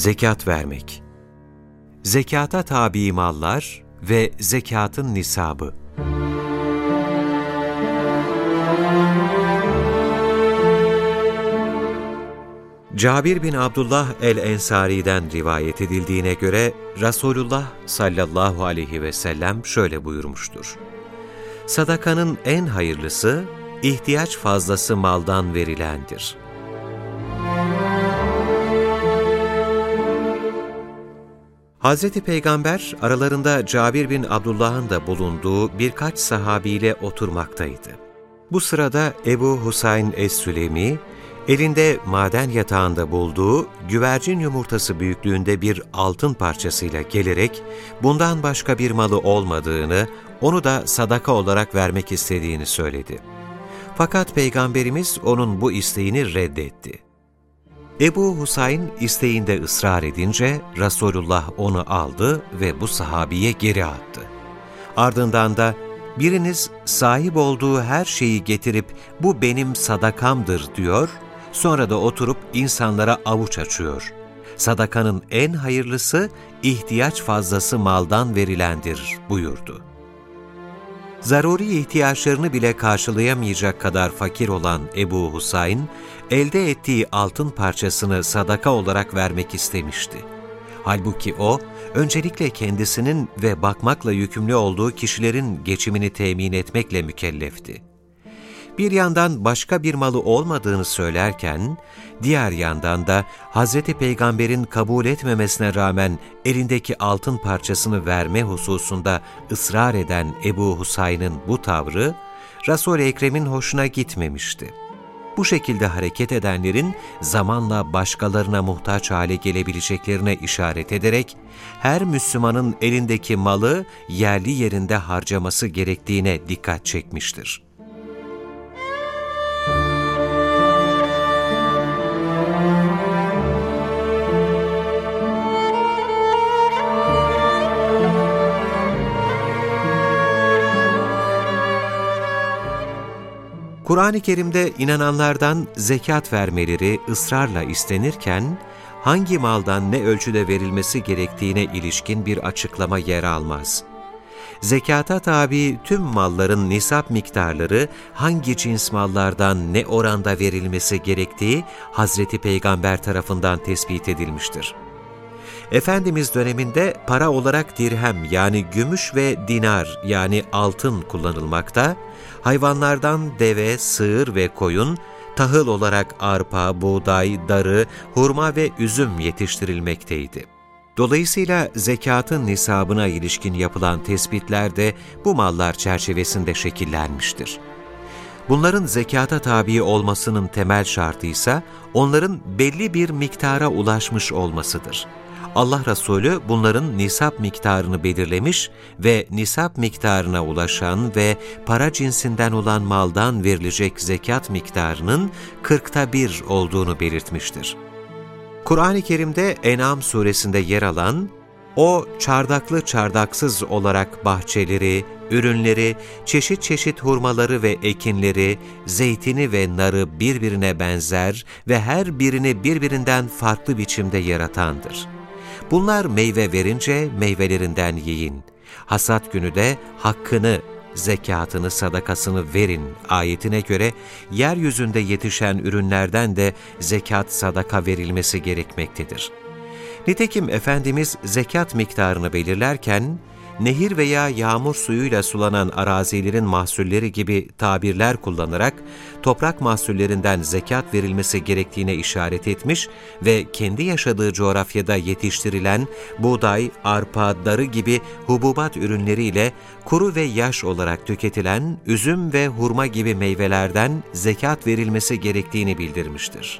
Zekat vermek. Zekata tabi mallar ve zekatın nisabı. Cabir bin Abdullah el-Ensari'den rivayet edildiğine göre Resulullah sallallahu aleyhi ve sellem şöyle buyurmuştur: Sadakanın en hayırlısı, ihtiyaç fazlası maldan verilendir. Hazreti Peygamber, aralarında Cabir bin Abdullah'ın da bulunduğu birkaç sahabiyle oturmaktaydı. Bu sırada Ebu Husayn es-Sülemi, elinde maden yatağında bulduğu güvercin yumurtası büyüklüğünde bir altın parçasıyla gelerek, bundan başka bir malı olmadığını, onu da sadaka olarak vermek istediğini söyledi. Fakat Peygamberimiz onun bu isteğini reddetti. Ebu Husayn isteğinde ısrar edince Resulullah onu aldı ve bu sahabiye geri attı. Ardından da biriniz sahip olduğu her şeyi getirip bu benim sadakamdır diyor, sonra da oturup insanlara avuç açıyor. Sadakanın en hayırlısı ihtiyaç fazlası maldan verilendir buyurdu. Zaruri ihtiyaçlarını bile karşılayamayacak kadar fakir olan Ebu Husayn, elde ettiği altın parçasını sadaka olarak vermek istemişti. Halbuki o, öncelikle kendisinin ve bakmakla yükümlü olduğu kişilerin geçimini temin etmekle mükellefti. Bir yandan başka bir malı olmadığını söylerken, diğer yandan da Hz. Peygamber'in kabul etmemesine rağmen elindeki altın parçasını verme hususunda ısrar eden Ebu Husayn'ın bu tavrı, Resul-i Ekrem'in hoşuna gitmemişti. Bu şekilde hareket edenlerin zamanla başkalarına muhtaç hale gelebileceklerine işaret ederek, her Müslümanın elindeki malı yerli yerinde harcaması gerektiğine dikkat çekmiştir. Kur'an-ı Kerim'de inananlardan zekat vermeleri ısrarla istenirken, hangi maldan ne ölçüde verilmesi gerektiğine ilişkin bir açıklama yer almaz. Zekata tabi tüm malların nisap miktarları, hangi cins mallardan ne oranda verilmesi gerektiği Hazreti Peygamber tarafından tespit edilmiştir. Efendimiz döneminde para olarak dirhem yani gümüş ve dinar yani altın kullanılmakta, hayvanlardan deve, sığır ve koyun, tahıl olarak arpa, buğday, darı, hurma ve üzüm yetiştirilmekteydi. Dolayısıyla zekatın nisabına ilişkin yapılan tespitler de bu mallar çerçevesinde şekillenmiştir. Bunların zekata tabi olmasının temel şartı ise onların belli bir miktara ulaşmış olmasıdır. Allah Resulü bunların nisap miktarını belirlemiş ve nisap miktarına ulaşan ve para cinsinden olan maldan verilecek zekat miktarının 1/40 olduğunu belirtmiştir. Kur'an-ı Kerim'de En'am suresinde yer alan, o çardaklı çardaksız olarak bahçeleri, ürünleri, çeşit çeşit hurmaları ve ekinleri, zeytini ve narı birbirine benzer ve her birini birbirinden farklı biçimde yaratandır. Bunlar meyve verince meyvelerinden yiyin. Hasat günü de hakkını, zekatını, sadakasını verin ayetine göre yeryüzünde yetişen ürünlerden de zekat, sadaka verilmesi gerekmektedir. Nitekim Efendimiz zekat miktarını belirlerken, nehir veya yağmur suyuyla sulanan arazilerin mahsulleri gibi tabirler kullanarak toprak mahsullerinden zekat verilmesi gerektiğine işaret etmiş ve kendi yaşadığı coğrafyada yetiştirilen buğday, arpa, darı gibi hububat ürünleriyle kuru ve yaş olarak tüketilen üzüm ve hurma gibi meyvelerden zekat verilmesi gerektiğini bildirmiştir.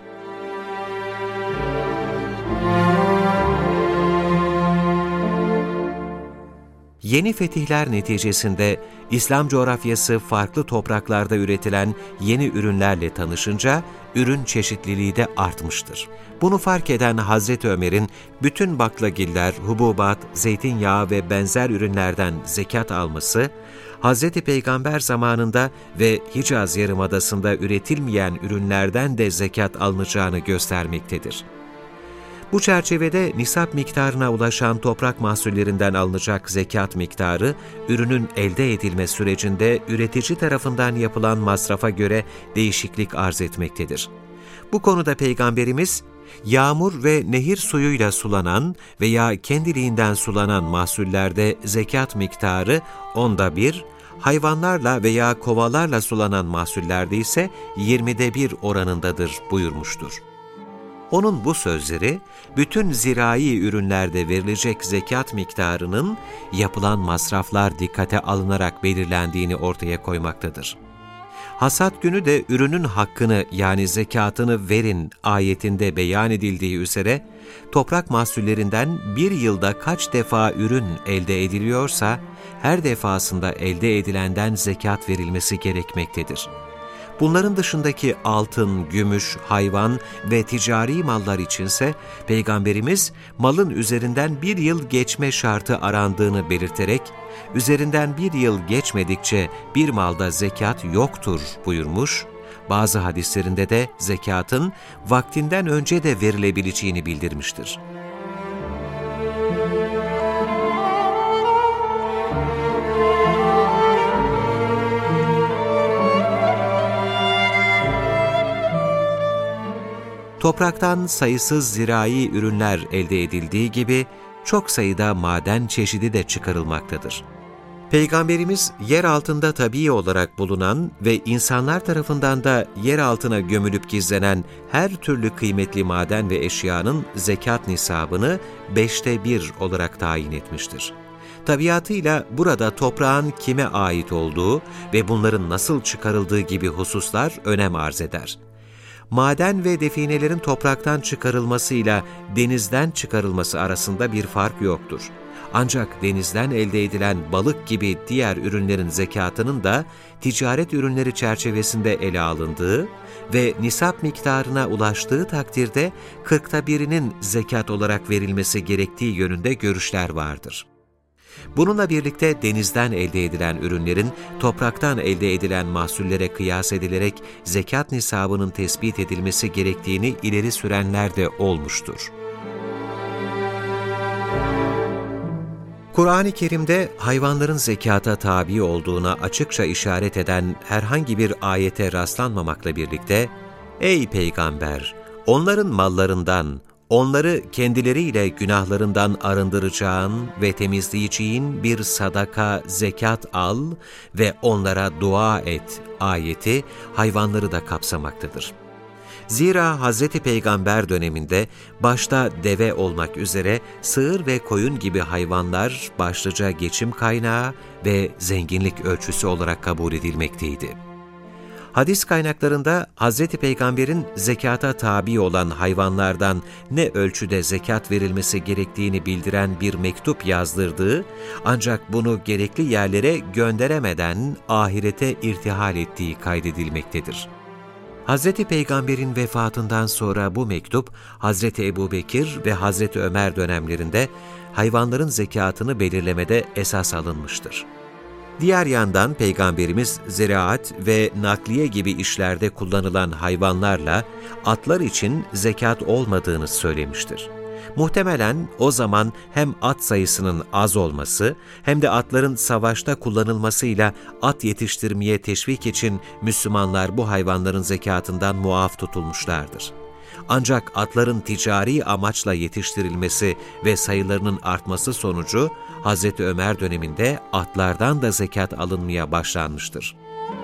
Yeni fetihler neticesinde İslam coğrafyası farklı topraklarda üretilen yeni ürünlerle tanışınca ürün çeşitliliği de artmıştır. Bunu fark eden Hazreti Ömer'in bütün baklagiller, hububat, zeytinyağı ve benzer ürünlerden zekat alması, Hazreti Peygamber zamanında ve Hicaz Yarımadası'nda üretilmeyen ürünlerden de zekat alınacağını göstermektedir. Bu çerçevede nisap miktarına ulaşan toprak mahsullerinden alınacak zekat miktarı, ürünün elde edilme sürecinde üretici tarafından yapılan masrafa göre değişiklik arz etmektedir. Bu konuda Peygamberimiz, yağmur ve nehir suyuyla sulanan veya kendiliğinden sulanan mahsullerde zekat miktarı 1/10, hayvanlarla veya kovalarla sulanan mahsullerde ise 1 oranındadır buyurmuştur. Onun bu sözleri, bütün zirai ürünlerde verilecek zekat miktarının yapılan masraflar dikkate alınarak belirlendiğini ortaya koymaktadır. Hasat günü de ürünün hakkını yani zekatını verin ayetinde beyan edildiği üzere, toprak mahsullerinden bir yılda kaç defa ürün elde ediliyorsa, her defasında elde edilenden zekat verilmesi gerekmektedir. Bunların dışındaki altın, gümüş, hayvan ve ticari mallar içinse Peygamberimiz malın üzerinden bir yıl geçme şartı arandığını belirterek, üzerinden bir yıl geçmedikçe bir malda zekat yoktur buyurmuş, bazı hadislerinde de zekatın vaktinden önce de verilebileceğini bildirmiştir. Topraktan sayısız zirai ürünler elde edildiği gibi çok sayıda maden çeşidi de çıkarılmaktadır. Peygamberimiz yer altında tabii olarak bulunan ve insanlar tarafından da yer altına gömülüp gizlenen her türlü kıymetli maden ve eşyanın zekat nisabını 1/5 olarak tayin etmiştir. Tabiatıyla burada toprağın kime ait olduğu ve bunların nasıl çıkarıldığı gibi hususlar önem arz eder. Maden ve definelerin topraktan çıkarılmasıyla denizden çıkarılması arasında bir fark yoktur. Ancak denizden elde edilen balık gibi diğer ürünlerin zekatının da ticaret ürünleri çerçevesinde ele alındığı ve nisap miktarına ulaştığı takdirde 1/40'ının zekat olarak verilmesi gerektiği yönünde görüşler vardır. Bununla birlikte denizden elde edilen ürünlerin topraktan elde edilen mahsullere kıyas edilerek zekat nisabının tespit edilmesi gerektiğini ileri sürenler de olmuştur. Kur'an-ı Kerim'de hayvanların zekata tabi olduğuna açıkça işaret eden herhangi bir ayete rastlanmamakla birlikte, "Ey Peygamber! Onların mallarından, onları kendileriyle günahlarından arındıracağın ve temizleyeceğin bir sadaka, zekat al ve onlara dua et" ayeti hayvanları da kapsamaktadır. Zira Hz. Peygamber döneminde başta deve olmak üzere sığır ve koyun gibi hayvanlar başlıca geçim kaynağı ve zenginlik ölçüsü olarak kabul edilmekteydi. Hadis kaynaklarında Hz. Peygamber'in zekata tabi olan hayvanlardan ne ölçüde zekat verilmesi gerektiğini bildiren bir mektup yazdırdığı, ancak bunu gerekli yerlere gönderemeden ahirete irtihal ettiği kaydedilmektedir. Hz. Peygamber'in vefatından sonra bu mektup, Hz. Ebubekir ve Hz. Ömer dönemlerinde hayvanların zekatını belirlemede esas alınmıştır. Diğer yandan Peygamberimiz ziraat ve nakliye gibi işlerde kullanılan hayvanlarla atlar için zekat olmadığını söylemiştir. Muhtemelen o zaman hem at sayısının az olması hem de atların savaşta kullanılmasıyla at yetiştirmeye teşvik için Müslümanlar bu hayvanların zekatından muaf tutulmuşlardır. Ancak atların ticari amaçla yetiştirilmesi ve sayılarının artması sonucu Hz. Ömer döneminde atlardan da zekat alınmaya başlanmıştır.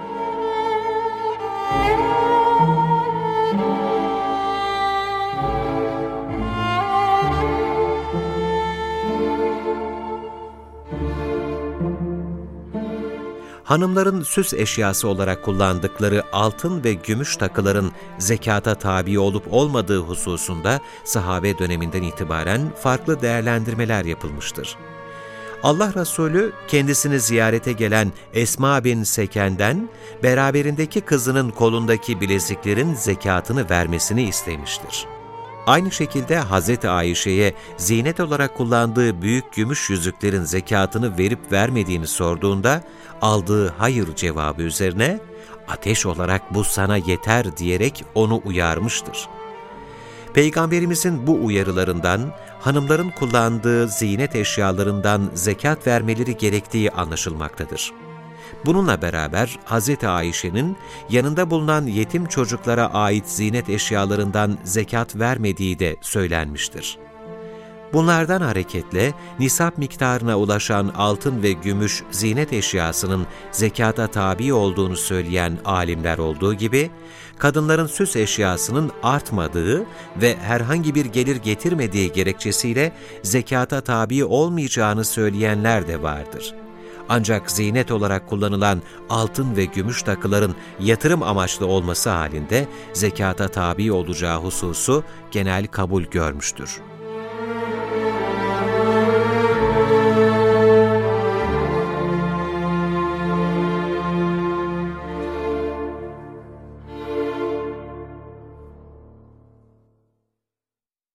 Hanımların süs eşyası olarak kullandıkları altın ve gümüş takıların zekata tabi olup olmadığı hususunda sahabe döneminden itibaren farklı değerlendirmeler yapılmıştır. Allah Resulü kendisini ziyarete gelen Esma bin Seken'den beraberindeki kızının kolundaki bileziklerin zekatını vermesini istemiştir. Aynı şekilde Hz. Ayşe'ye zinet olarak kullandığı büyük gümüş yüzüklerin zekatını verip vermediğini sorduğunda, aldığı hayır cevabı üzerine, "Ateş olarak bu sana yeter" diyerek onu uyarmıştır. Peygamberimizin bu uyarılarından, hanımların kullandığı ziynet eşyalarından zekat vermeleri gerektiği anlaşılmaktadır. Bununla beraber Hz. Ayşe'nin yanında bulunan yetim çocuklara ait ziynet eşyalarından zekat vermediği de söylenmiştir. Bunlardan hareketle nisap miktarına ulaşan altın ve gümüş ziynet eşyasının zekata tabi olduğunu söyleyen alimler olduğu gibi, kadınların süs eşyasının artmadığı ve herhangi bir gelir getirmediği gerekçesiyle zekata tabi olmayacağını söyleyenler de vardır. Ancak ziynet olarak kullanılan altın ve gümüş takıların yatırım amaçlı olması halinde zekata tabi olacağı hususu genel kabul görmüştür.